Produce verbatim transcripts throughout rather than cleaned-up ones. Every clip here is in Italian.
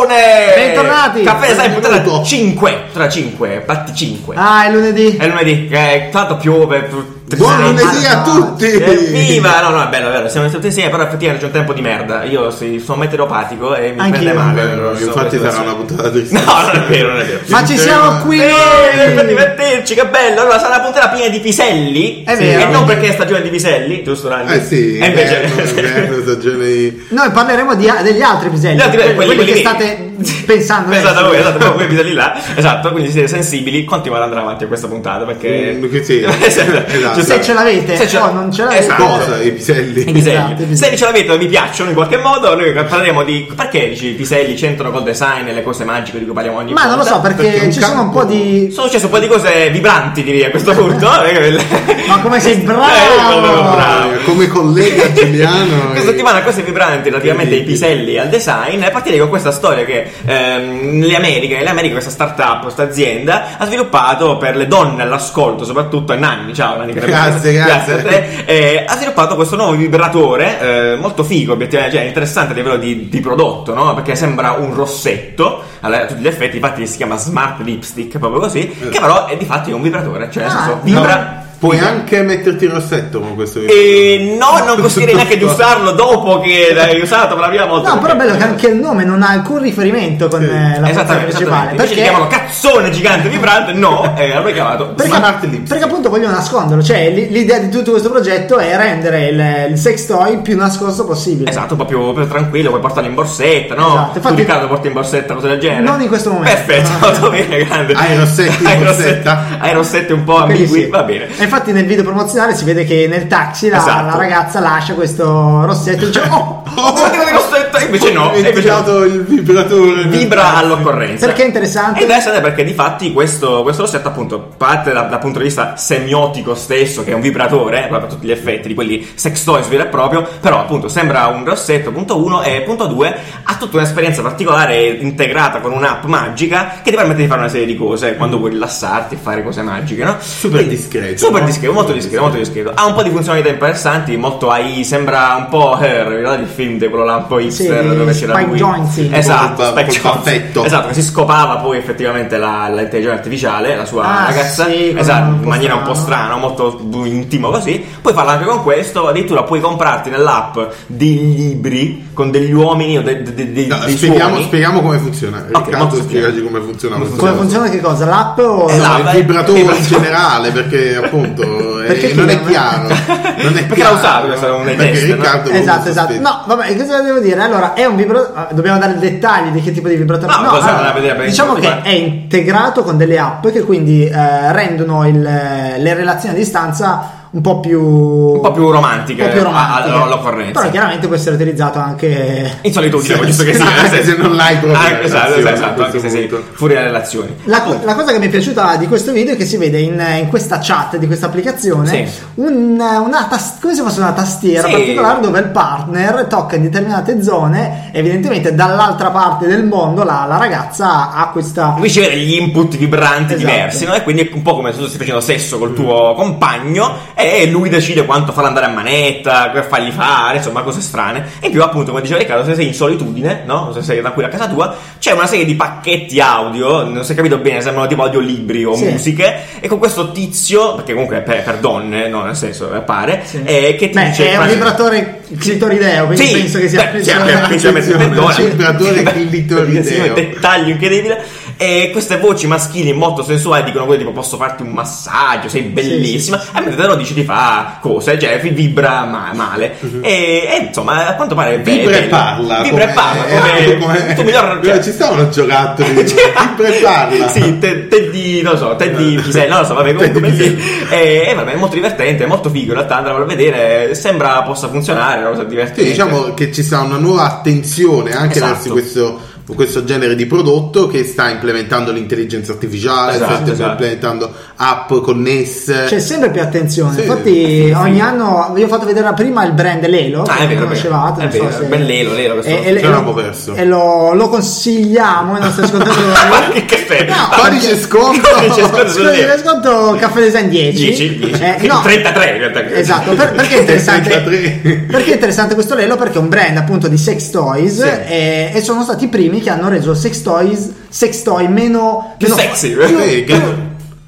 Ragazzuone! Bentornati! Caffè Design puntata cinque. Tra cinque, batti cinque. Ah, è lunedì. È lunedì, eh, tanto piove. Buon lunedì a tutti! Viva! No, no, è bello, è vero, siamo tutti insieme, però effettivamente c'è un tempo di merda. Io sì, sono meteoropatico e mi Anch'io. prende male. No, so, infatti sarà so. una puntata triste. No, non è vero, non è vero. Ma ci siamo qui Eh, per noi! divertirci, che bello! Allora sarà una puntata piena di piselli. È vero. E non perché è stagione di piselli, giusto Randy? Eh sì, E invece inverno, stagione di... Noi parleremo di, degli altri piselli, Gli altri- quelli, quelli- quelli che quelli- state pensando Esatto, adesso. voi, esatto, proprio quei piselli là. Esatto, quindi siete sensibili, continuate ad andare avanti a questa puntata perché Mm, che sì, esatto. Se ce l'avete Se ce- o non ce l'avete, Esatto. Cosa? I piselli? I piselli. Esatto, i piselli. Se ce l'avete o vi piacciono in qualche modo, noi parleremo di perché dici i piselli c'entrano col design e le cose magiche di cui parliamo ogni ma volta. non lo so perché, Perché un ci sono un campo- po' di... Sono successe un po' di cose vibranti, direi a questo punto. Ma come sei bravo! Eh, bravo. Come collega Giuliano. Questa settimana cose vibranti relativamente ai piselli e al design. E partirei con questa storia che ehm, nelle Americhe, nelle Americhe questa startup, questa azienda ha sviluppato per le donne all'ascolto, soprattutto a Nanni. Ciao Nanni, che Grazie, grazie. a te. Eh, ha sviluppato questo nuovo vibratore eh, molto figo, obiettivamente, cioè interessante a livello di, di prodotto, no? Perché sembra un rossetto a tutti gli effetti, infatti si chiama Smart Lipstick, proprio così, che però è di fatti un vibratore, cioè nel Ah, senso no. vibra. Puoi anche metterti il rossetto con questo video. E no, non consiglierei neanche di usarlo dopo che l'hai usato per la prima volta. No, però è bello che anche il nome non ha alcun riferimento con Sì. eh, la funzione Esattamente, principale. esattamente. Invece li chiamano cazzone gigante vibrante, no, eh, l'avrei chiamato Perché, Smart Lipstick. perché appunto vogliono nasconderlo, cioè l- l'idea di tutto questo progetto è rendere il, il sex toy più nascosto possibile. Esatto, un po' più, più tranquillo, puoi portarlo in borsetta, no? Esatto, infatti- Tu Riccardo porti in borsetta cose del genere? Non in questo momento. Perfetto, molto bene, grande. Hai i rossetti in Hai i borsetta? rossetti- Hai i rossetti un po' Quelli ambigui, sì. va bene. E infatti nel video promozionale si vede che nel taxi la, Esatto. la ragazza lascia questo rossetto e dice oh, Oh, guarda che rossetto, e invece no, Ho e invece no. tirato il vibratore. Vibra all'occorrenza. perché è interessante. Ed è interessante perché di fatti questo, questo rossetto appunto parte da- dal punto di vista semiotico stesso, che è un vibratore, proprio a tutti gli effetti di quelli sex toys vero e proprio, però appunto sembra un rossetto, punto uno, e punto due ha tutta un'esperienza particolare integrata con un'app magica che ti permette di fare una serie di cose quando vuoi rilassarti e fare cose magiche, no? Super Quindi, discreto, super no? discreto, molto discreto, molto discreto. Ha un po' di funzionalità interessanti, molto A I, sembra un po' Her, ricordate il film di quello là un po' hipster Sì, dove c'era Spike lui. Jonze. Esatto, Col- Spike col Jonze. baffetto. Esatto, che si scopava poi effettivamente la, l'intelligenza artificiale, la sua Ah, ragazza, sì, con esatto, un in po' maniera un po' strana, strano. molto intimo così. Puoi farlo anche con questo, addirittura puoi comprarti nell'app dei libri con degli uomini o de, de, de, de, No, dei spieghiamo, suoni. spieghiamo come funziona. molto Riccardo, semplice. spiegaci come funziona. questo Come coso. funziona che cosa? L'app o Eh, No, l'app. il Vabbè, vibratore in vibratore. generale, perché appunto eh, Perché non chi- è chiaro. Non è Perché chiaro, l'ha usato, questo era un dei perché test, no? Riccardo lo Esatto, usa esatto. spesso. No, vabbè, cosa devo dire? Allora, è un vibratore. Dobbiamo dare i dettagli di che tipo di vibratore. No, cosa andare a vedere per diciamo che incontro, è integrato con delle app che quindi eh, rendono il- le relazioni a distanza un po' più Un po' più romantiche, un po' più romantiche. a- a- all'occorrenza. Però chiaramente può essere utilizzato anche In solitudine, Sì, giusto che sì, sia. anche se non l'hai proprio Ah, la esatto, relazione, esatto, a anche se questo sei punto. fuori dalle relazioni. La, la cosa che mi è piaciuta di questo video è che si vede in, in questa chat di questa applicazione Sì. un- una tas- come se fosse una tastiera Sì. particolare dove il partner tocca in determinate zone. Evidentemente dall'altra parte del mondo la, la ragazza ha questa Qui ci vede gli input vibranti Esatto. diversi, no? E quindi è un po' come se tu stai facendo sesso col tuo compagno e lui decide quanto farlo andare a manetta, che fargli fare, insomma, cose strane. E in più, appunto, come diceva Riccardo, se sei in solitudine, no? Se sei tranquillo a casa tua, c'è una serie di pacchetti audio, non si è capito bene, sembrano tipo audiolibri o Sì. musiche, e con questo tizio, perché comunque è per, per donne, no? Nel senso, appare, Sì. eh, che ti Beh, dice... è un vibratore clitorideo, quindi Sì, penso che sia beh, sì, anche principalmente per donne. Un vibratore clitorideo. Sì, un dettaglio incredibile. E queste voci maschili molto sensuali dicono quello tipo posso farti un massaggio, sei bellissima. Sì, sì, sì. E mentre te lo dici ti fa cose, cioè vibra ma- male. e, e insomma, a quanto pare è Vibra bello. e parla. Vibra e parla come, come- tu miglior, Ci stavano giocattoli. Vibra e parla. Sì, te, te di, non so, te di Pisella, non lo so, vabbè, comunque Te di belli. E, e vabbè, è molto divertente, è molto figo, in realtà andremo a vedere, sembra possa funzionare, è una cosa divertente. Sì, diciamo che ci sta una nuova attenzione anche Esatto. verso questo, questo genere di prodotto che sta implementando l'intelligenza artificiale, Esatto, sta esatto. implementando app connesse. c'è sempre più attenzione. Sì, Infatti, sì, ogni sì. anno vi ho fatto vedere prima il brand Lelo. Ah, che è vero, non conoscevate, è non vero, so è se- ben Lelo, Lelo, questo- e, e- ce e- l'avevo perso. e lo, lo consigliamo ai nostri ascoltatori. Che caffè? No, Codice perché- sconto. Codice sconto sul Codice Lelo. sconto Caffè Design dieci. dieci, dieci. Eh, no. trentatré in realtà. Esatto, per- perché è interessante? trentatré. Perché è interessante questo Lelo? Perché è un brand appunto di sex toys Sì. e, e sono stati i primi che hanno reso sex toys sex toy meno più meno, sexy, più, Sì, che-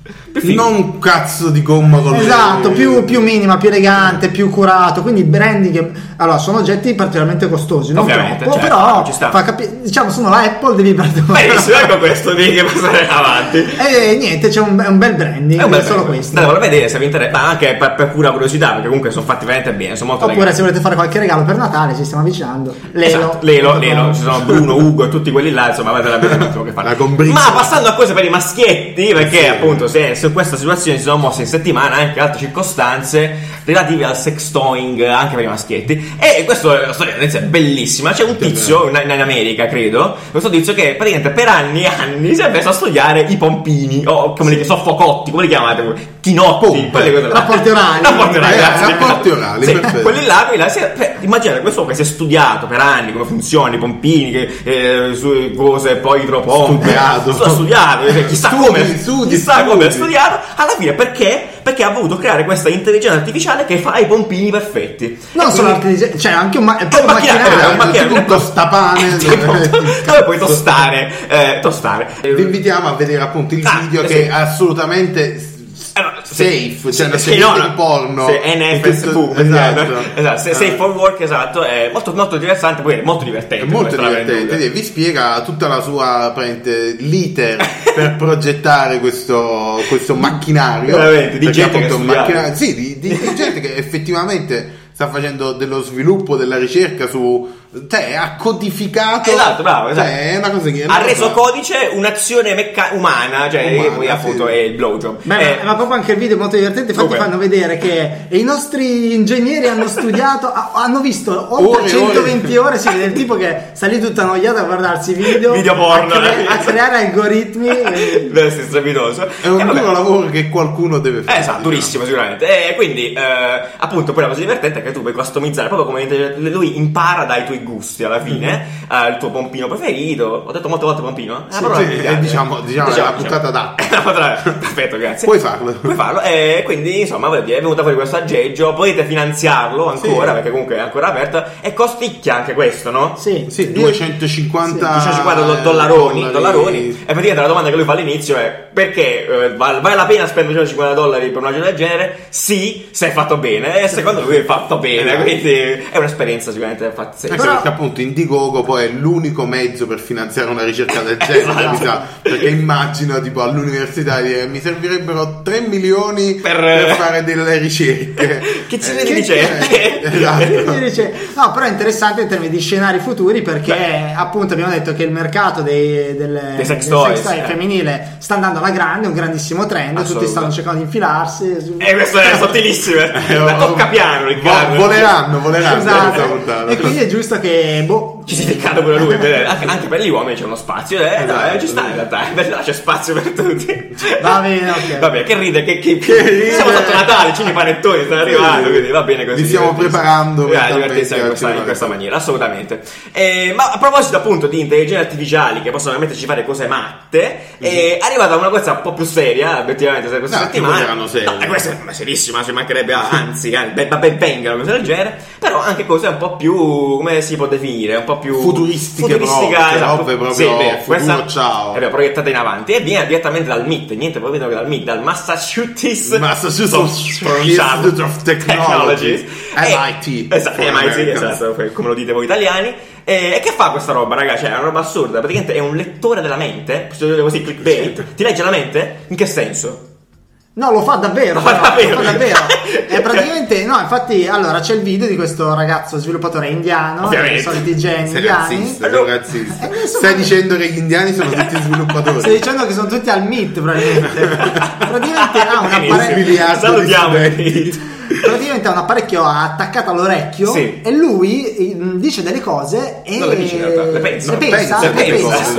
non un cazzo di gomma con esatto, le- più, più minima, più elegante, più curato. Quindi branding, allora sono oggetti particolarmente costosi, non Ovviamente, troppo, certo, però ci sta. fa capi- diciamo sono la Apple, devi perdonare. Benissimo, ecco questo, devi passare avanti. E niente, c'è un, è un bel branding, È un bel solo brand. questo. Andatelo a vedere se vi interessa, ma anche per, per pura curiosità, perché comunque sono fatti veramente bene, sono molto Oppure legali. se volete fare qualche regalo per Natale, ci stiamo avvicinando. Lelo, Esatto, Lelo, Lelo, ci sono Bruno, Ugo e tutti quelli là, insomma, avete la vedere un attimo che fare. La combriza. Ma passando a cose per i maschietti, perché Sì. appunto se, se in questa situazione si sono mosse in settimana anche altre circostanze relative al sextoying anche per i maschietti. E questa è una storia è bellissima. C'è un tizio in, in America, credo, questo tizio che praticamente per anni e anni si è messo a studiare i pompini, o come li soffocotti, come li chiamate? Chinotti, Pompe. quelle cose là. Rapporti orali. Rapporti orali, Eh, grazie. rapporti orali, Sì, perfetto. quelli là, quelli là si è- beh, immaginate questo che si è studiato per anni come funzionano i pompini, che, eh, su cose, poi idropompe. Studiato. Sto studiato, eh, chissà Studi, come, studi, chissà studi. come ha studiato. Alla fine perché? Perché ha voluto creare questa intelligenza artificiale che fa i pompini perfetti. Non E solo quindi- artificiale, cioè anche un, ma- è È proprio un macchinario, macchinario. è un macchinario. tutto stapane Tipo, dove- dove puoi tostare, eh, tostare. Vi invitiamo a vedere appunto il Ah, video eh, che sì. è assolutamente Eh, no, safe, cioè sì, una sì, serie no, di no. porno. Sì, N F S V, Tutto- esatto, esatto. esatto. Se- Eh. Safe for work, esatto, è molto, molto divertente, poi è molto divertente. È molto come strada divertente, venduta. vi spiega tutta la sua praticamente, l'iter per progettare questo, questo macchinario. Veramente, di Perché gente che appunto è un ha studiato. macchinario- sì, di, di- di gente che effettivamente sta facendo dello sviluppo, della ricerca su, cioè ha codificato, Esatto, bravo, esatto. cioè, è una cosa che Ha non reso fa. codice un'azione mecca- umana, cioè Umana, che poi sì. appunto è il blowjob. Beh, Eh, ma, ma proprio anche il video è molto divertente. Infatti, Come? fanno vedere che i nostri ingegneri hanno studiato, ha- hanno visto oltre Ore, centoventi ore. Si vede il tipo che sta lì tutto annoiato a guardarsi video, Video porno, a, cre- eh. a creare algoritmi. e- Deve essere strepitoso. È un E vabbè. duro lavoro che qualcuno deve fare. Eh, esatto, durissimo sicuramente. E quindi, eh, appunto, poi la cosa divertente è che tu puoi customizzare proprio come lui impara dai tuoi gusti alla fine. eh, il tuo pompino preferito. Ho detto molte volte pompino? Sì, Ah, però sì, mi eh, piace. diciamo- diciamo, è la puntata adatta. Perfetto, grazie. Puoi farlo. Puoi farlo. E quindi, insomma, voglio dire, è venuta fuori questo aggeggio. Potete finanziarlo ancora, Sì. perché comunque è ancora aperto. E costicchia anche questo, no? Sì, Sì, duecentocinquanta duecentocinquanta do- dollaroni, dollaroni. E praticamente la domanda che lui fa all'inizio è: perché eh, val- vale la pena spendere duecentocinquanta dollari per una gioia del genere? Sì, se è fatto bene. E secondo lui è fatto bene. Esatto. Quindi è un'esperienza sicuramente pazzesca. Anche Però- perché appunto Indiegogo poi è l'unico mezzo per finanziare una ricerca del genere, Esatto. mi sa. Perché immagino tipo all'università dire mi servirebbero tre milioni Per- per, fare delle ricerche. Che ci Eh, vedi che- ricerche? eh, esatto. Quindi dice, no, però è interessante in termini di scenari futuri perché appunto abbiamo detto che il mercato dei, delle, Dei sex del toys, eh. femminile sta andando alla grande, è un grandissimo trend, tutti Assolutamente. stanno cercando di infilarsi. su- E questo è sottilissimo. La tocca piano, Riccardo. Vo- Voleranno, voleranno. Esatto. questa puntata. E quindi è giusto che boh, Ci si è ficcato pure lui, per- anche, anche per gli uomini c'è uno spazio, eh, Esatto. dai, ci sta in realtà, in realtà c'è spazio per tutti. va bene, ok. Vabbè, che ride, che, che, Che ride. siamo sotto Natale, i cini panettoni stanno arrivando, quindi va bene così. Vi stiamo divertirsi. preparando Eh, mentalmente divertirsi in a questa, in giocare. questa maniera, assolutamente. Eh, ma a proposito appunto di intelligenze artificiali che possono metterci a fare cose matte, è arrivata una cosa un po' più seria, obiettivamente, questa No, che settimana. poi erano serie. No, e questa è serissima, ci mancherebbe, anzi, eh, ben, ben vengano, cose del genere, però anche cose un po' più, come si può definire, un po' più Futuristiche proprio, cioè esatto. robe proprio Sì, è vero, futuro, questa ciao. è vero, proiettata in avanti e viene direttamente dal M I T, niente poi vedo che dal M I T, dal Massachusetts Massachusetts so pronunciarlo. Institute of Technology. E- M I T. esatto, for M I T, Americans. esatto, come lo dite voi italiani. E, e che fa questa roba, ragazzi? Cioè, è una roba assurda. Praticamente è un lettore della mente. Posso dire così, clickbait. Ti legge la mente? In che senso? No, lo fa davvero, Lo fa però, davvero. lo fa davvero. E praticamente, no, infatti, allora c'è il video di questo ragazzo sviluppatore indiano, Ovviamente. i soliti geni Sei indiani. razzista, Allora- sei razzista. Eh, insomma- Stai dicendo che gli indiani sono tutti sviluppatori. Stai dicendo che sono tutti al M I T, probabilmente. Praticamente ha un Benissimo. apparecchio. miliardi di Salutiamo il studenti. M I T. Praticamente ha un apparecchio attaccato all'orecchio Sì. e lui eh, dice delle cose e Non le dice in realtà, le pensa. le No, pensa, pensa, le pensa, pensa. esatto.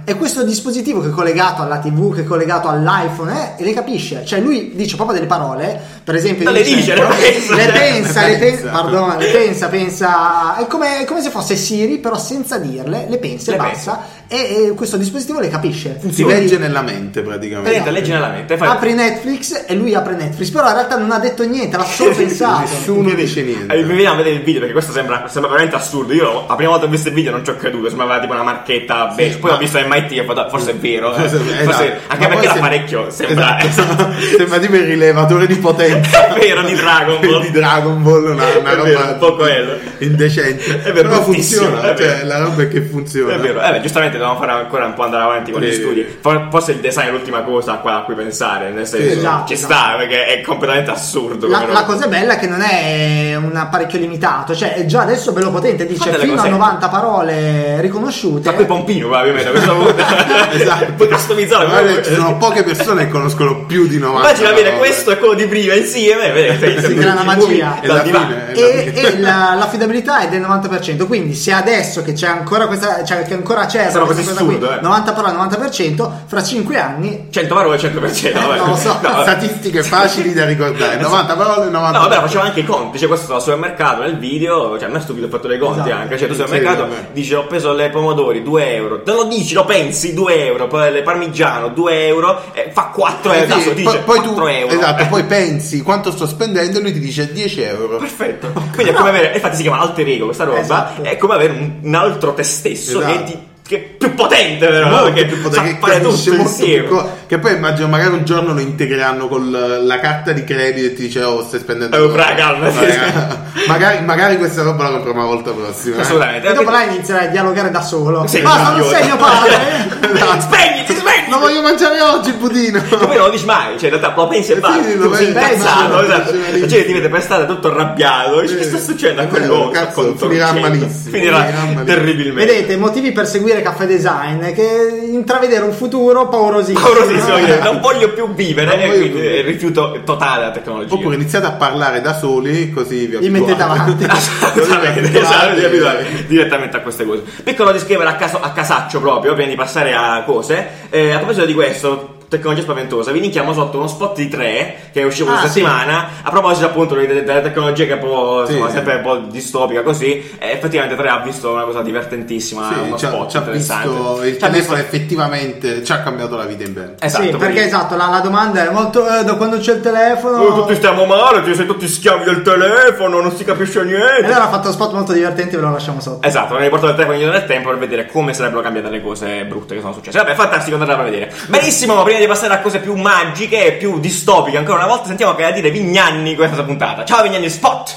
e questo dispositivo che è collegato alla tivù, che è collegato all'iPhone, eh, le capisce. Cioè lui dice proprio delle parole, per esempio le dice, le, le pensa, le pensa, le pensa. pensa, pardon, le pensa, pensa, è come, è come se fosse Siri, però senza dirle, le pensa Le e basta, e, e questo dispositivo le capisce. Si legge nella mente praticamente. Praticamente legge nella mente. Fai... Apri Netflix e lui apre Netflix, però in realtà non ha detto niente, l'ha solo pensato. Nessuno dice niente. Eh, vediamo a vedere il video perché questo sembra, sembra veramente assurdo. Io la prima volta che ho visto il video non ci ho creduto, sembrava tipo una marchetta beige. Poi ma... ho visto M I T e ho fatto forse è vero. Eh. Esatto. Forse, anche Ma perché poi l'apparecchio sembra esatto. Sembra tipo il rilevatore di potenza. è vero di Dragon Ball. Di Dragon Ball, una, una È roba vero, un po' quello. indecente. È vero, però bruttissimo, funziona, è vero. cioè la roba è che funziona. È vero, eh beh, giustamente dobbiamo fare ancora un po' andare avanti con Sì. gli studi. Forse il design è l'ultima cosa qua a cui pensare, nel senso Sì, esatto, ci esatto. sta perché è completamente assurdo. La, come la roba. cosa bella è che non è un apparecchio limitato, cioè è già adesso bello potente, dice Fa delle fino a cosette. novanta parole riconosciute. Tra cui Pompino probabilmente a questo punto. Esatto. Puoi customizzare Guarda, come- ci sono poche persone che conoscono più di novanta. Immagina avere parole. questo e quello di prima insieme, vedi, Si crea una magia. E dal la divano. fine, E, e la- l'affidabilità è del novanta per cento, quindi se adesso che c'è ancora questa, cioè che ancora c'è Sarà questa così cosa qui, assurdo, eh. novanta parole novanta per cento, fra cinque anni cento parole cento per cento. vabbè. Non lo so. No, vabbè. Statistiche facili da ricordare. novanta parole, novanta. No, vabbè, faceva anche i conti. Cioè, questo al supermercato nel video. Cioè, non è stupido, ho fatto dei conti Esatto. anche. Cioè, tu Sì, supermercato vabbè. dici: ho preso le pomodori due euro. Te lo dici, lo pensi due euro. Poi le parmigiano due euro. E fa quattro Eh, euro. sì, Cazzo, dice poi, poi tu quattro euro. esatto, Eh, poi pensi quanto sto spendendo e lui ti dice dieci euro. Perfetto. Quindi è come avere. Infatti si chiama alter ego questa roba. Esatto. È come avere un, un altro te stesso Esatto. che ti. Che è più potente, però. Molto Perché più potente, sa che fare capisce tutto molto insieme. più co- che poi immagino magari un giorno lo integreranno con la carta di credito e ti dice oh stai spendendo Oh, fra, calma, sì. magari, magari questa roba la compro una volta prossima eh. Assolutamente. e dopo là inizierai a dialogare da solo. Sì, Basta, non idiota. sei mio padre. Spegniti, spegniti. lo voglio mangiare oggi il budino. Che poi non lo dici mai, cioè in realtà lo pensi e Sì, basta, lo tu sei pensi, incazzato, sì, esatto. sì, sì. La gente ti vede per strada tutto arrabbiato, dici, che sta succedendo a È vero, quell'uomo? cazzo, finirà malissimo, finirà finirà malissimo. terribilmente. Vedete, motivi per seguire Caffè Design, che intravedere un futuro paurosissimo. Paurosissimo, io non voglio più vivere Non e voglio quindi più. eh, rifiuto totale la tecnologia. Oppure iniziate a parlare da soli così vi Li mettete abituate. avanti. Esattamente, esatto, di abituare direttamente a queste cose. Piccolo disclaimer a, caso, a casaccio proprio, prima di passare a cose. Eh, a proposito di questo, tecnologia spaventosa, vi linkiamo sotto uno spot di tre che è uscito Ah, questa sì. settimana a proposito appunto delle, delle tecnologie che è un po', Sì, insomma, sì. sempre un po' distopica così, e effettivamente tre ha visto una cosa divertentissima, Sì, uno ci ha, spot ci ha interessante. visto il Ci ha telefono visto- effettivamente ci ha cambiato la vita in bene. esatto, Sì, quindi- perché esatto, la, la domanda è molto eh, da quando c'è il telefono. Noi tutti stiamo male, ci sei tutti schiavi del telefono, non si capisce E niente. allora ha fatto spot molto divertenti, ve lo lasciamo sotto. Esatto, non hai portato il telefono indietro nel tempo per vedere come sarebbero cambiate le cose brutte che sono successe. Vabbè, fantastico, andate a vedere. Benissimo, prima di passare a cose più magiche e più distopiche, ancora una volta sentiamo che ha da dire Vignanni in questa puntata. Ciao Vignanni, spot!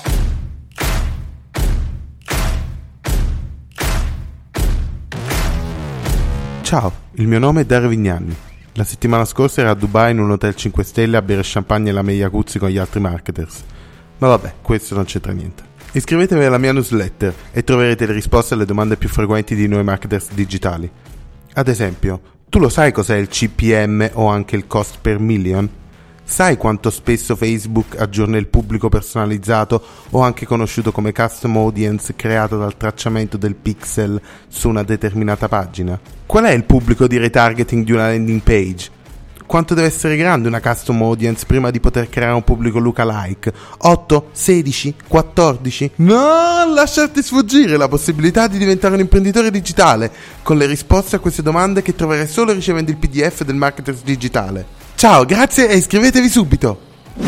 Ciao, il mio nome è Dario Vignanni. La settimana scorsa ero a Dubai in un hotel cinque stelle a bere champagne e la Jacuzzi con gli altri marketers. Ma vabbè, questo non c'entra niente. Iscrivetevi alla mia newsletter e troverete le risposte alle domande più frequenti di noi marketers digitali. Ad esempio, tu lo sai cos'è il C P M o anche il cost per million? Sai quanto spesso Facebook aggiorna il pubblico personalizzato o anche conosciuto come custom audience creato dal tracciamento del pixel su una determinata pagina? Qual è il pubblico di retargeting di una landing page? Quanto deve essere grande una custom audience prima di poter creare un pubblico lookalike? otto, sedici, quattordici? No, lasciarti sfuggire la possibilità di diventare un imprenditore digitale con le risposte a queste domande che troverai solo ricevendo il P D F del Marketers Digitale. Ciao, grazie e iscrivetevi subito!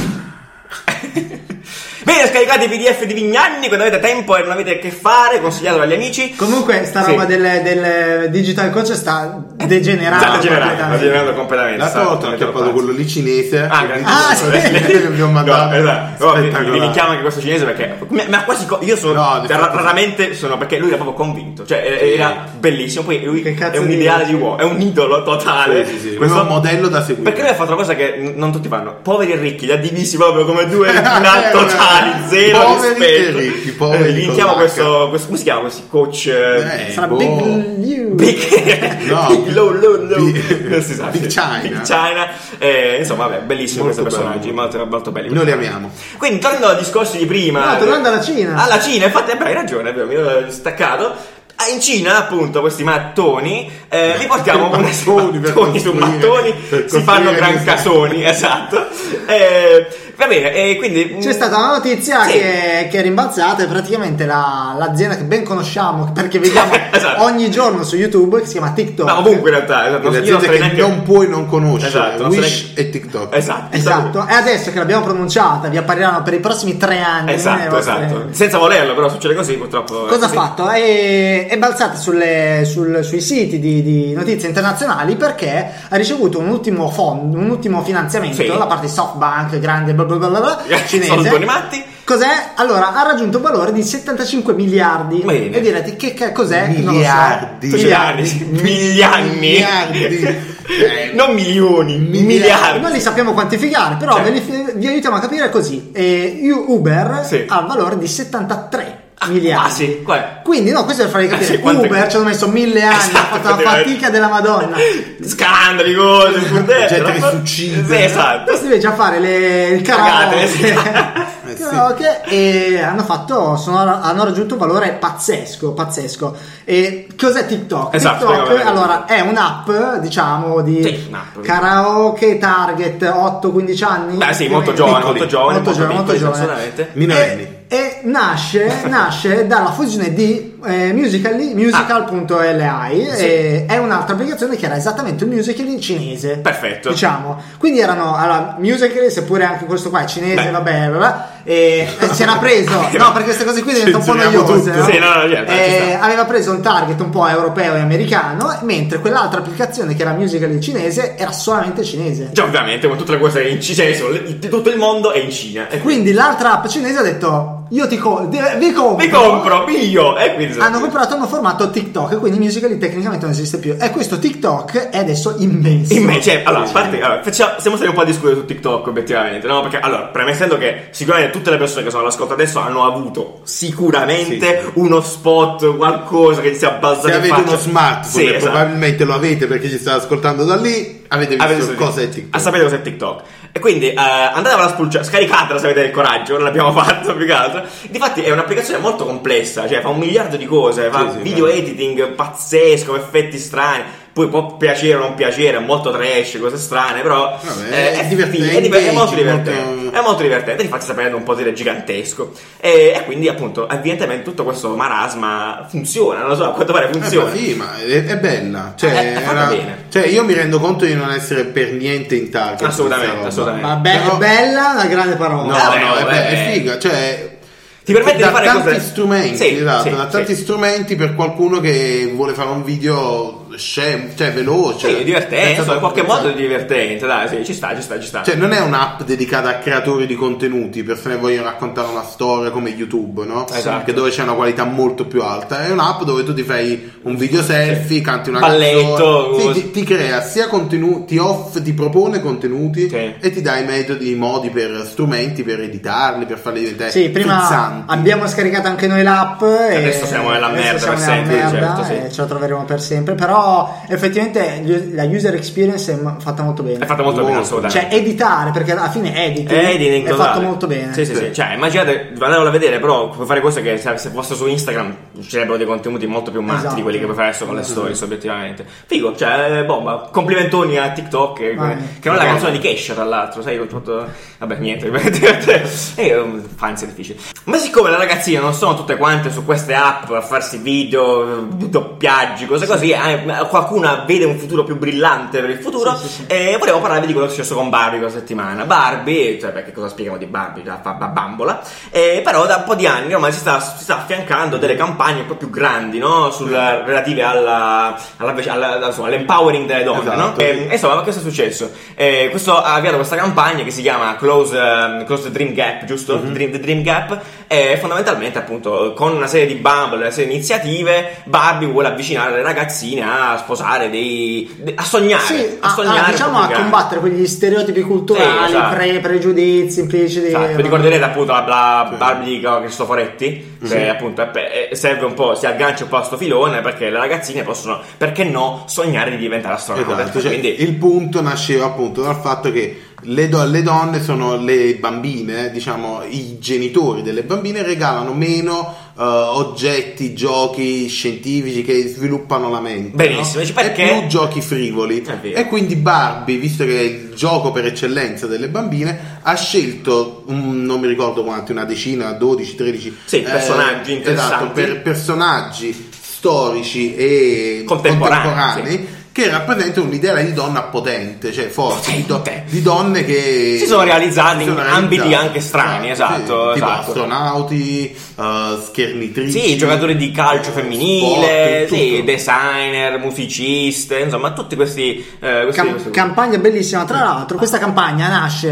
Bene, scaricate i P D F di Vignanni quando avete tempo e non avete che fare, consigliatelo agli amici. Comunque sta Sì. roba del, del digital coach sta degenerando. Sta degenerando, sta completamente. degenerando completamente. L'altra sta volta ho completamente chiappato quello lì cinese. Ah, che- ah, sì. che vi ho mandato. No, esatto. No, vi- vi Spettacolare. linkiamo anche questo cinese perché mi, mi ha quasi co- io sono No, di ra- fatto- raramente sono perché lui era proprio convinto, cioè era bellissimo, poi lui Che cazzo è un di- ideale di uomo, è un idolo totale. Sì, sì, sì. Questo- Questo è un modello da seguire. Perché lui ha fatto una cosa che n- non tutti fanno. Poveri e ricchi, li ha divisi proprio come due Eh, totali, zero poveri rispetto. e ricchi, poveri Eh, gli linkiamo con l'H. questo, questo come si chiama questo coach eh, Eh, Sarà boh. Big You. Big, No, big low low low Big- non si sa, Big sì. China. Big China. Eh, insomma vabbè, bellissimi Molto questi personaggi, bello. molto, molto belli Noi li personaggi. amiamo. Quindi tornando al discorso di prima, No, tornando alla Cina. alla Cina, infatti beh, hai ragione, è vero, mi ero staccato. Ah, in Cina appunto questi mattoni eh, vi portiamo una mattoni per mattoni su mattoni, per si fanno gran questi- casoni, esatto. Eh, va bene, e quindi C'è stata una notizia Sì. che, che è rimbalzata, e praticamente la- l'azienda che ben conosciamo, perché vediamo Esatto. ogni giorno su YouTube, che si chiama TikTok. ma ovunque in realtà, esatto, Le io non aziende sarei che neanche- non puoi non conoscere, Esatto, non Wish sarei- e TikTok. Esatto, Esatto, e adesso che l'abbiamo pronunciata vi appariranno per i prossimi tre anni. nelle Esatto, vostre- esatto. Senza volerlo, però succede così, purtroppo. Cosa ha Sì. fatto? È, è balzata sulle- sul- sui siti di, di notizie internazionali perché ha ricevuto un ultimo fondo, un ultimo finanziamento Sì. da parte di SoftBank, grande bla bla bla bla bla, cinese. Soldoni matti. Cos'è? Allora, ha raggiunto un valore di settantacinque miliardi. Bene. E direte che, che cos'è? Non lo so. Miliardi. Miliardi. Miliardi. Miliardi. Eh, non milioni, miliardi. Non li sappiamo quantificare, però Cioè. ve li- vi aiutiamo a capire così. Eh, Uber Sì. ha il valore di settantatré Ah, miliardi. quasi, qua- Quindi no, questo per farvi capire. Eh sì, quante- Uber ci hanno messo mille anni, Esatto, ha fatto una praticamente. fatica della Madonna. Scandali, cose, Gente che si uccide. Sì, esatto. Questo invece a fare le, il Cagate, sì. karaoke. Eh sì. Karaoke, e hanno fatto sono, hanno raggiunto un valore pazzesco pazzesco. E cos'è TikTok? Esatto, TikTok spiegalo, allora è un'app, diciamo, di Sì, un'app. karaoke target otto quindici anni. Beh, sì, Più o molto meno. giovane, Piccoli. molto giovane, Molto giovane, molto piccoli, giovane. assolutamente. Minorenni. E, e nasce, nasce dalla fusione di eh, Musical.ly, musical.li, Sì. e è un'altra applicazione che era esattamente un Musical.ly cinese. Perfetto. Diciamo. Quindi erano allora, Musical.ly, seppure anche questo qua è cinese, Beh. vabbè, vabbè, e, e si era preso, no, perché queste cose qui diventano un po' Censuriamo noiose. tutto. no? Sì, no, no, certo, ci E sta. aveva preso un target un po' europeo e americano, mentre quell'altra applicazione che era Musical.ly cinese era solamente cinese. Cioè, ovviamente, come tutte le cose in cinese, tutto il mondo è in Cina. E Quindi l'altra app cinese ha detto io ti co- de- vi compro. mi compro, piglio. E quindi Hanno comprato, hanno formato TikTok, quindi Musical.ly tecnicamente non esiste più. E questo TikTok è adesso immenso. Invece, allora, a parte, allora, facciamo, stiamo stati un po' a discutere su TikTok, obiettivamente, no? Perché, allora, premettendo che sicuramente tutte le persone che sono all'ascolto adesso hanno avuto sicuramente Sì, sì. uno spot, qualcosa che ti sia balzato Se in avete faccia. uno smartphone, Sì, e esatto. probabilmente lo avete perché ci state ascoltando da lì, avete visto Avete visto cosa è TikTok. TikTok. Ah, sapete cos'è TikTok. E quindi eh, andatevela a spulciare, scaricatela se avete il coraggio, non l'abbiamo fatto più che altro. Difatti è un'applicazione molto complessa, cioè fa un miliardo di cose, fa Sì, sì, video sì. editing pazzesco, effetti strani. Poi può piacere o non piacere, è molto trash, cose strane, però Vabbè, eh, è è, divertente, fi- è, diver- è molto molto- divertente. È molto divertente, infatti sta prendendo un potere gigantesco. E, e quindi appunto, evidentemente tutto questo marasma funziona, non lo so, a quanto pare Eh, funziona. ma sì, ma è, è bella. Cioè, È- è fatta era- bene. cioè, io mi rendo conto di non essere per niente in target. Assolutamente, questa roba. assolutamente. Vabbè, Però- bella, una grande parola. No, Vabbè, no, è, vabbè. be- è figa. Cioè, Ti permette da di fare tanti cose- strumenti, Sì, esatto, sì, da tanti sì. strumenti per qualcuno che vuole fare un video scem- cioè veloce. Sì, divertente, senza insomma, in qualche troppo modo è pensare. divertente, dai, sì, ci sta, ci sta, ci sta. Cioè, non è un'app dedicata a creatori di contenuti, persone che vogliono raccontare una storia come YouTube, no? Esatto. Che dove c'è una qualità molto più alta. È un'app dove tu ti fai un video selfie, canti una Balletto, canzone. Sì, cose. ti, ti crea sia contenuti, ti off, ti propone contenuti Sì. e ti dà i metodi, i modi per strumenti per editarli, per farli diventare Sì, prima frizzanti. abbiamo scaricato anche noi l'app e adesso siamo nella adesso merda siamo per nella sempre, merda, certo, sì. e ce la troveremo per sempre, però effettivamente gli- la user experience è m- fatta molto bene. È fatta molto bene, Molto. assolutamente. Cioè editare, perché alla fine editi, È editing è totale. fatto molto bene. Sì, sì, sì. Cioè, immaginate, andatelo a vedere, però puoi fare cose che se se fosse su Instagram ci sarebbero dei contenuti molto più matti Esatto. di quelli che puoi fare adesso con le stories, obiettivamente. Figo, cioè, bomba. Complimentoni a TikTok, che, Vai. che non è la canzone di Kesha, tra l'altro, sai, con tutto... Vabbè, niente, e um, fanzi è difficile. Ma siccome le ragazzine non sono tutte quante su queste app a farsi video, doppiaggi, cose così, eh, qualcuna vede un futuro più brillante per il futuro, Sì, sì, sì. e volevo parlarvi di quello che è successo con Barbie questa settimana. Barbie, cioè perché cosa spieghiamo di Barbie? La fa bambola. Eh, però da un po' di anni ormai si sta, si sta affiancando delle campagne un po' più grandi, no? Sul, relative alla, alla, alla, insomma, all'empowering delle donne, Esatto. no? E, insomma, cosa è successo? Eh, questo ha avviato questa campagna che si chiama Close, um, Close the Dream Gap, giusto? Mhm. Dream, the Dream Gap. E fondamentalmente, appunto, con una serie di bumble, una serie di iniziative, Barbie vuole avvicinare le ragazzine a sposare dei... de- a sognare. Sì, a a, sognare a, un diciamo po' a più grande. combattere quegli stereotipi culturali, Sì, esatto. pre, pregiudizi impliciti. Esatto, vi ricorderete appunto la, la Barbie di Cristoforetti, che Sì. appunto è- è- serve un po', si aggancia un po' a sto filone perché le ragazzine possono, perché no, sognare di diventare astronaute. Esatto, cioè, Quindi il punto nasceva appunto dal fatto che le, do- le donne sono le bambine, diciamo i genitori delle bambine regalano meno uh, oggetti, giochi scientifici che sviluppano la mente. Benissimo, no? perché? E più giochi frivoli. E quindi Barbie, visto che è il gioco per eccellenza delle bambine, ha scelto um, non mi ricordo quanti, una decina, dodici, tredici sì, personaggi eh, interessanti. Esatto, per personaggi storici e contemporanei, contemporanei sì, che rappresentano un'idea di donna potente, cioè forte, di, do- di donne che si sono realizzate in realizzate. ambiti anche strani, esatto, sì, tipo esatto. astronauti, uh, schernitrici, sì, giocatori di calcio femminile, sport, sì, designer, musiciste, insomma tutti questi, eh, questi, Cam- questi campagna bellissima. Tra l'altro questa campagna nasce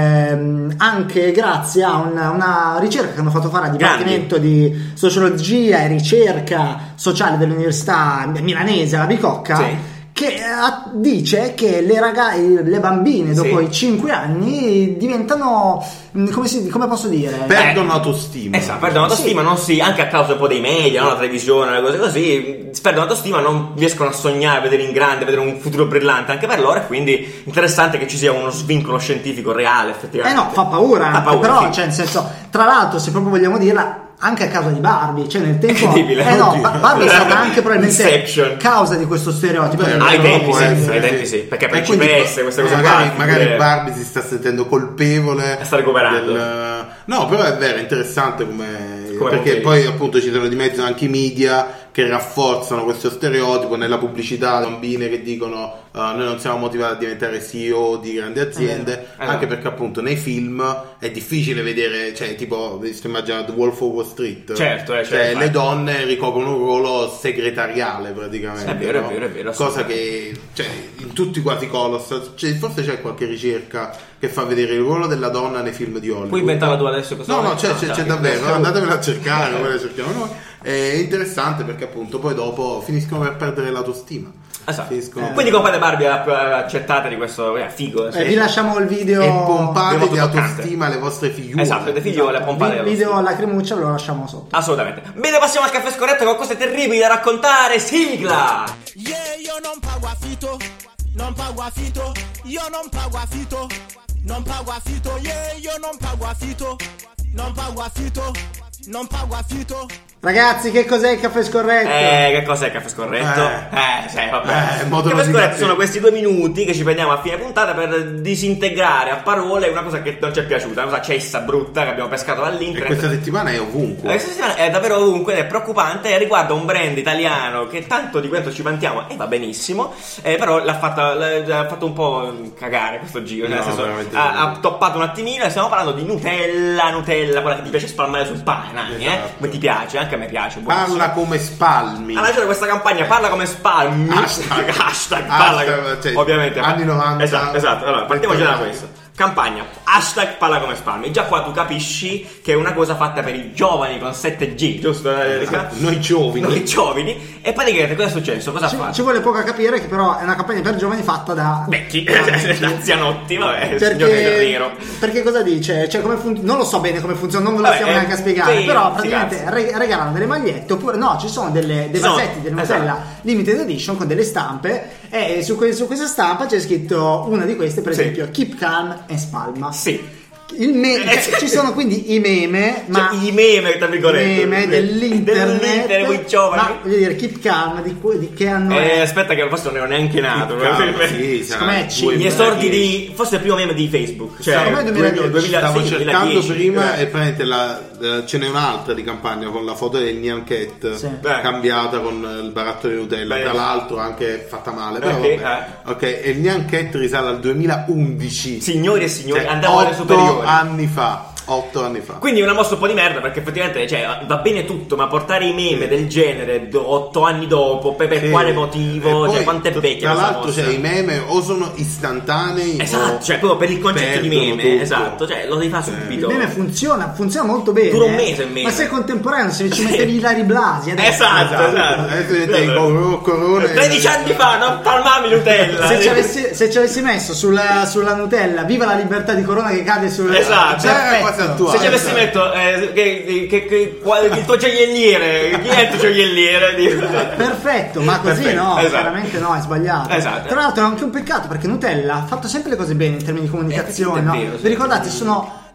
ehm, anche grazie a una, una ricerca che hanno fatto fare al Dipartimento di Sociologia e Ricerca Sociale dell'Università Milanese, la Bicocca, sì, che eh, dice che le ragazze, le bambine dopo sì, i cinque anni diventano, come, si, come posso dire, perdono autostima. Esatto, perdono autostima, sì, non si, anche a causa un po' dei media, no? La televisione, le cose così, perdono autostima, non riescono a sognare, a vedere in grande, a vedere un futuro brillante anche per loro, e quindi interessante che ci sia uno svincolo scientifico reale, effettivamente. Eh no, fa paura, fa paura, però, sì, cioè, nel senso, tra l'altro, se proprio vogliamo dirla, anche a causa di Barbie, cioè nel tempo, Incredibile. eh no, Ba- Barbie è stata anche probabilmente Inception. causa di questo stereotipo. Beh, ai no, tempi può sì, essere, ai tempi sì. sì, perché E quindi, principesse, queste cose magari, qua, magari figure- Barbie si sta sentendo colpevole e sta recuperando. del- no, però è vero, è interessante come, Come perché motivo. poi appunto ci sono di mezzo anche i media che rafforzano questo stereotipo nella pubblicità, bambine che dicono uh, noi non siamo motivati a diventare C E O di grandi aziende, eh, anche eh. perché appunto nei film è difficile vedere, cioè tipo sto immaginando The Wolf of Wall Street, Certo, eh, cioè certo. le donne ricoprono un ruolo segretariale praticamente, È vero, è no? vero, è vero, cosa assolutamente. che cioè, in tutti quasi Colossal, cioè, forse c'è qualche ricerca che fa vedere il ruolo della donna nei film di Hollywood. Puoi inventarla tu adesso? Cosa No, vuoi? no, c'è, c'è, dai, c'è davvero, dai. andatevela a cercare, come le cerchiamo noi. È interessante perché appunto poi dopo finiscono per perdere l'autostima. Esatto. Finiscono- Quindi comprate Barbie, accettate di questo, eh, figo. sì. Eh, vi lasciamo il video, E È pompate molto di toccante. autostima alle vostre figliuole. Esatto, le figliole pompate. il allo video stile. alla cremuccia ve lo lasciamo sotto. Assolutamente. Bene, passiamo al caffè scorretto con cose terribili da raccontare. Sigla! Yeah, io non pago affitto, non pago affitto, io non pago affitto, non pago affitto, yeah, io non pago affitto, non pago affitto, non pago affitto. Ragazzi, che cos'è il caffè scorretto? Eh, che cos'è il caffè scorretto? Eh. Eh, sì, vabbè. Eh, il modo caffè di scorretto dire. sono questi due minuti che ci prendiamo a fine puntata per disintegrare a parole una cosa che non ci è piaciuta, una cosa cessa, brutta, che abbiamo pescato E dall'internet. questa settimana è ovunque. Questa settimana è davvero ovunque ed è preoccupante e riguarda un brand italiano che tanto di quanto ci vantiamo e va benissimo, eh, però l'ha fatta, l'ha fatto un po' cagare questo giro, No, nel senso veramente ha, no. ha toppato un attimino e stiamo parlando di Nutella, Nutella, quella che ti piace spalmare sul pane, Nanni, eh? Esatto. Come ti piace, anche a me piace. buonissimo. Parla come spalmi. Ha lanciato questa campagna, parla come spalmi. Hashtag. Hashtag, parla Hashtag, come- cioè, ovviamente. anni novanta. Esatto, esatto. Allora, partiamo già da questo. Campagna, hashtag parla come spalmi. Già qua tu capisci che è una cosa fatta per i giovani con sette G, giusto? Esatto. Noi giovani. Noi giovani. E praticamente cosa è successo? Cosa ha Ci, fatto? ci vuole poco a capire che però è una campagna per giovani fatta da Vecchi, da vecchi. anzianotti, vabbè, signor Perché, Guerriero. perché cosa dice? Cioè, come fun- non lo so bene come funziona, non ve lo Vabbè, stiamo eh, neanche a spiegare. sì, però sti praticamente cazzi. re- regalano delle magliette, oppure no, ci sono delle, dei Sono- vasetti delle Nutella esatto. limited edition con delle stampe. E su, que- su questa stampa c'è scritto una di queste, per Sì. esempio, Keep Calm and Spalma. Sì. Il me- Eh, cioè, ci sono quindi i meme, ma Cioè, i meme, tra virgolette. meme dell'internet, Dell'internet, voi giovani. ma voglio dire, Keep Calm di, que- di che anno Eh, è? aspetta che forse non ero neanche nato. Calma, sì, Secondo me sarà ci- Gli esordi di forse il primo meme di Facebook, cioè Secondo me duemiladieci. duemila Stavo sì, cercando duemiladieci. prima Eh. e praticamente la, eh, ce n'è un'altra di campagna con la foto del Nyan Cat Sì. Beh. cambiata con il barattolo di Nutella, Beh. tra l'altro anche fatta male, però Ok, vabbè. Ok, e il Nyan Cat risale al duemilaundici, Signori e signori, cioè, andavo alle otto superiori. anni fa, otto anni fa. Quindi una mossa un po' di merda, perché effettivamente cioè, va bene tutto, ma portare i meme del genere do- otto anni dopo, per, per Sì. quale E motivo? poi, Cioè, quanto è tra- vecchia Tra questa l'altro, mossa? cioè, i meme o sono istantanei, Esatto, o cioè proprio per il concetto di perdono meme, tutto. esatto, cioè lo devi fare Sì. Il subito. meme funziona, funziona molto bene. Dura un eh. mese il meme. Ma se è contemporaneo, se ci Sì. mettevi Ilari Blasi adesso. Esatto, esatto. Adesso diventa il cor- corone. tredici anni fa, non palmami Nutella. Se ci, avessi, se ci avessi messo sulla, sulla Nutella viva la libertà di Corona che cade sul Esatto. Cioè, quasi attuale. Se ci avessi messo eh, che, che, che, qual- il tuo gioielliere, chi è il tuo gioielliere? Dico. Perfetto, ma così Perfetto, no, esatto. chiaramente no, è sbagliato. Esatto. Tra l'altro è anche un peccato perché Nutella ha fatto sempre le cose bene in termini di comunicazione, Eh, no? è vero, sì. Vi ricordate? Sono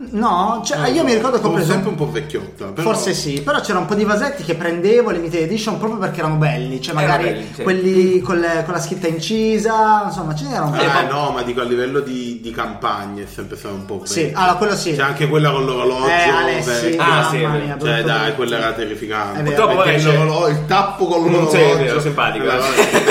No, cioè, io mi ricordo che ho preso sempre un po' vecchiotta, però... forse sì, però c'era un po' di vasetti che prendevo limited edition proprio perché erano belli, cioè magari belli, sì. quelli con, le, con la scritta incisa, insomma ce n'erano un po'. Eh no, ma dico a livello di, di campagne è sempre stato un po' vecchio. Sì, allora quello sì. C'è anche quella con l'orologio. Eh, Alessi, vecchio. Ah, mamma sì, mia, Cioè brutto dai, brutto. quella era terrificante. È vero. Purtroppo Perché vabbè, c'è- l'orologio- il tappo con Non l'orologio. sei vero, simpatico. Allora,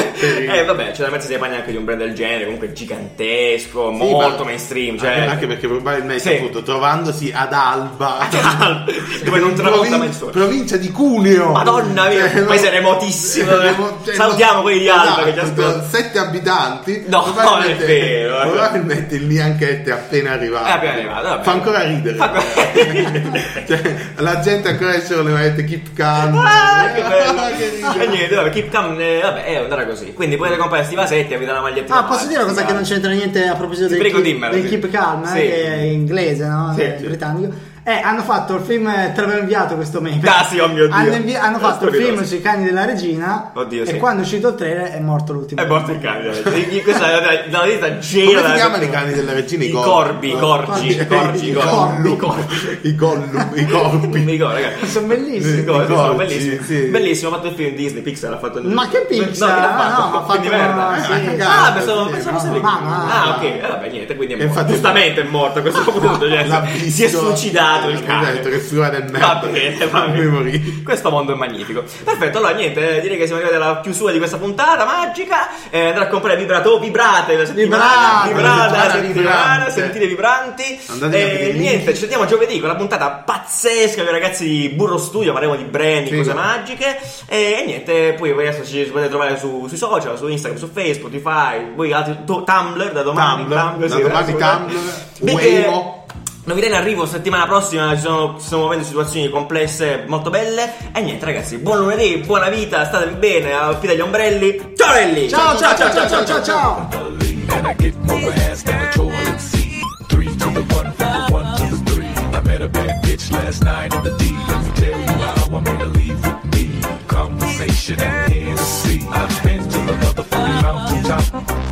Eh vabbè, c'è da mettersi nei panni anche di un brand del genere, comunque gigantesco, molto ma- mainstream, cioè anche, anche perché probabilmente Sì. appunto trovandosi ad Alba, dove non tramonta mai il provin- sole. provincia di Cuneo, Madonna mia, Cioè, un paese no- remotissimo. remo- cioè, Salutiamo no- quelli di Alba che ci esatto, ascoltano. sette abitanti. No, probabilmente- non è vero. Probabilmente il Nianchette è appena arrivato. È appena arrivato, vabbè. Fa ancora ridere. Fa ancora- Cioè, la gente ancora esce con le magliette Keep Calm. Ah, che bello. Che ridere. E niente, vabbè, Keep Calm, eh, vabbè, è andata così. Quindi potete comprare sti vasetti e vi dà una maglietta. Ah, posso dire una cosa che non c'entra niente a proposito Ti del, prego, keep, dimmelo, del sì. Keep Calm, eh, Sì. che è inglese, no? Sì, È sì. britannico. Eh, hanno fatto il film, te l'avevo inviato questo meme. Ah, sì, oh mio Dio. Hanno, invi- hanno fatto il Storia film cosa. sui cani della regina. Oddio, e sì. quando è uscito il trailer è morto l'ultimo. È morto il cane. eh. Questa è la- la notizia gira. Come si chiamano i cani della regina? I corbi, i corgi, i corgi, i I corbi, i corbi. corbi. I collu, i corpi. Non mi ricordo, ragazzi. Sono bellissimi. I corgi, I sono corgi, bellissimi. sì. Bellissimo, ha fatto il film Disney, Pixar ha fatto il... Ma che Pixar? No, chi l'ha fatto? No, ma ha Film di fatto- merda. sì. Eh, cagata, Ah, pensavo, sì, pensavo no, fosse ma va. Ah, ok, eh, vabbè, niente, quindi è morto. infatti- Giustamente è morto a questo punto, cioè, L'ha si visto, è suicidato il ha cane. detto che figura del merda. Va bene, va Lui bene. morì. Questo mondo è magnifico. Perfetto, allora niente, eh, direi che siamo arrivati alla chiusura di questa puntata magica. Eh, andrò a comprare vibrato, vibrate la settimana. Vibrate, Vibrate la settimana settimana, vibrante. sentite vibranti. Andate a E vedere i niente, link. ci vediamo giovedì con una puntata pazzesca con i ragazzi di Burro Studio. Parleremo di brand, di Sì. cose magiche. E, e niente, poi voi adesso ci potete trovare su, sui social, su Instagram, su Facebook, Spotify, voi altri, to- Tumblr da domani. Tumblr, sì, da domani sì, Tumblr, Big, eh, Waymo. Novità in arrivo settimana prossima, ci sono, ci stiamo muovendo situazioni complesse molto belle. E niente ragazzi, buon lunedì, buona vita, statevi bene, affidate gli ombrelli. Ciao Relli! Ciao ciao ciao ciao ciao ciao ciao. And I get more ass than a toilet seat. Three to the one, from the one to the three. I met a bad bitch last night in the D. Let me tell you how I made her leave with me. Conversation and Hennessy. I've been to the motherfucking mountaintop.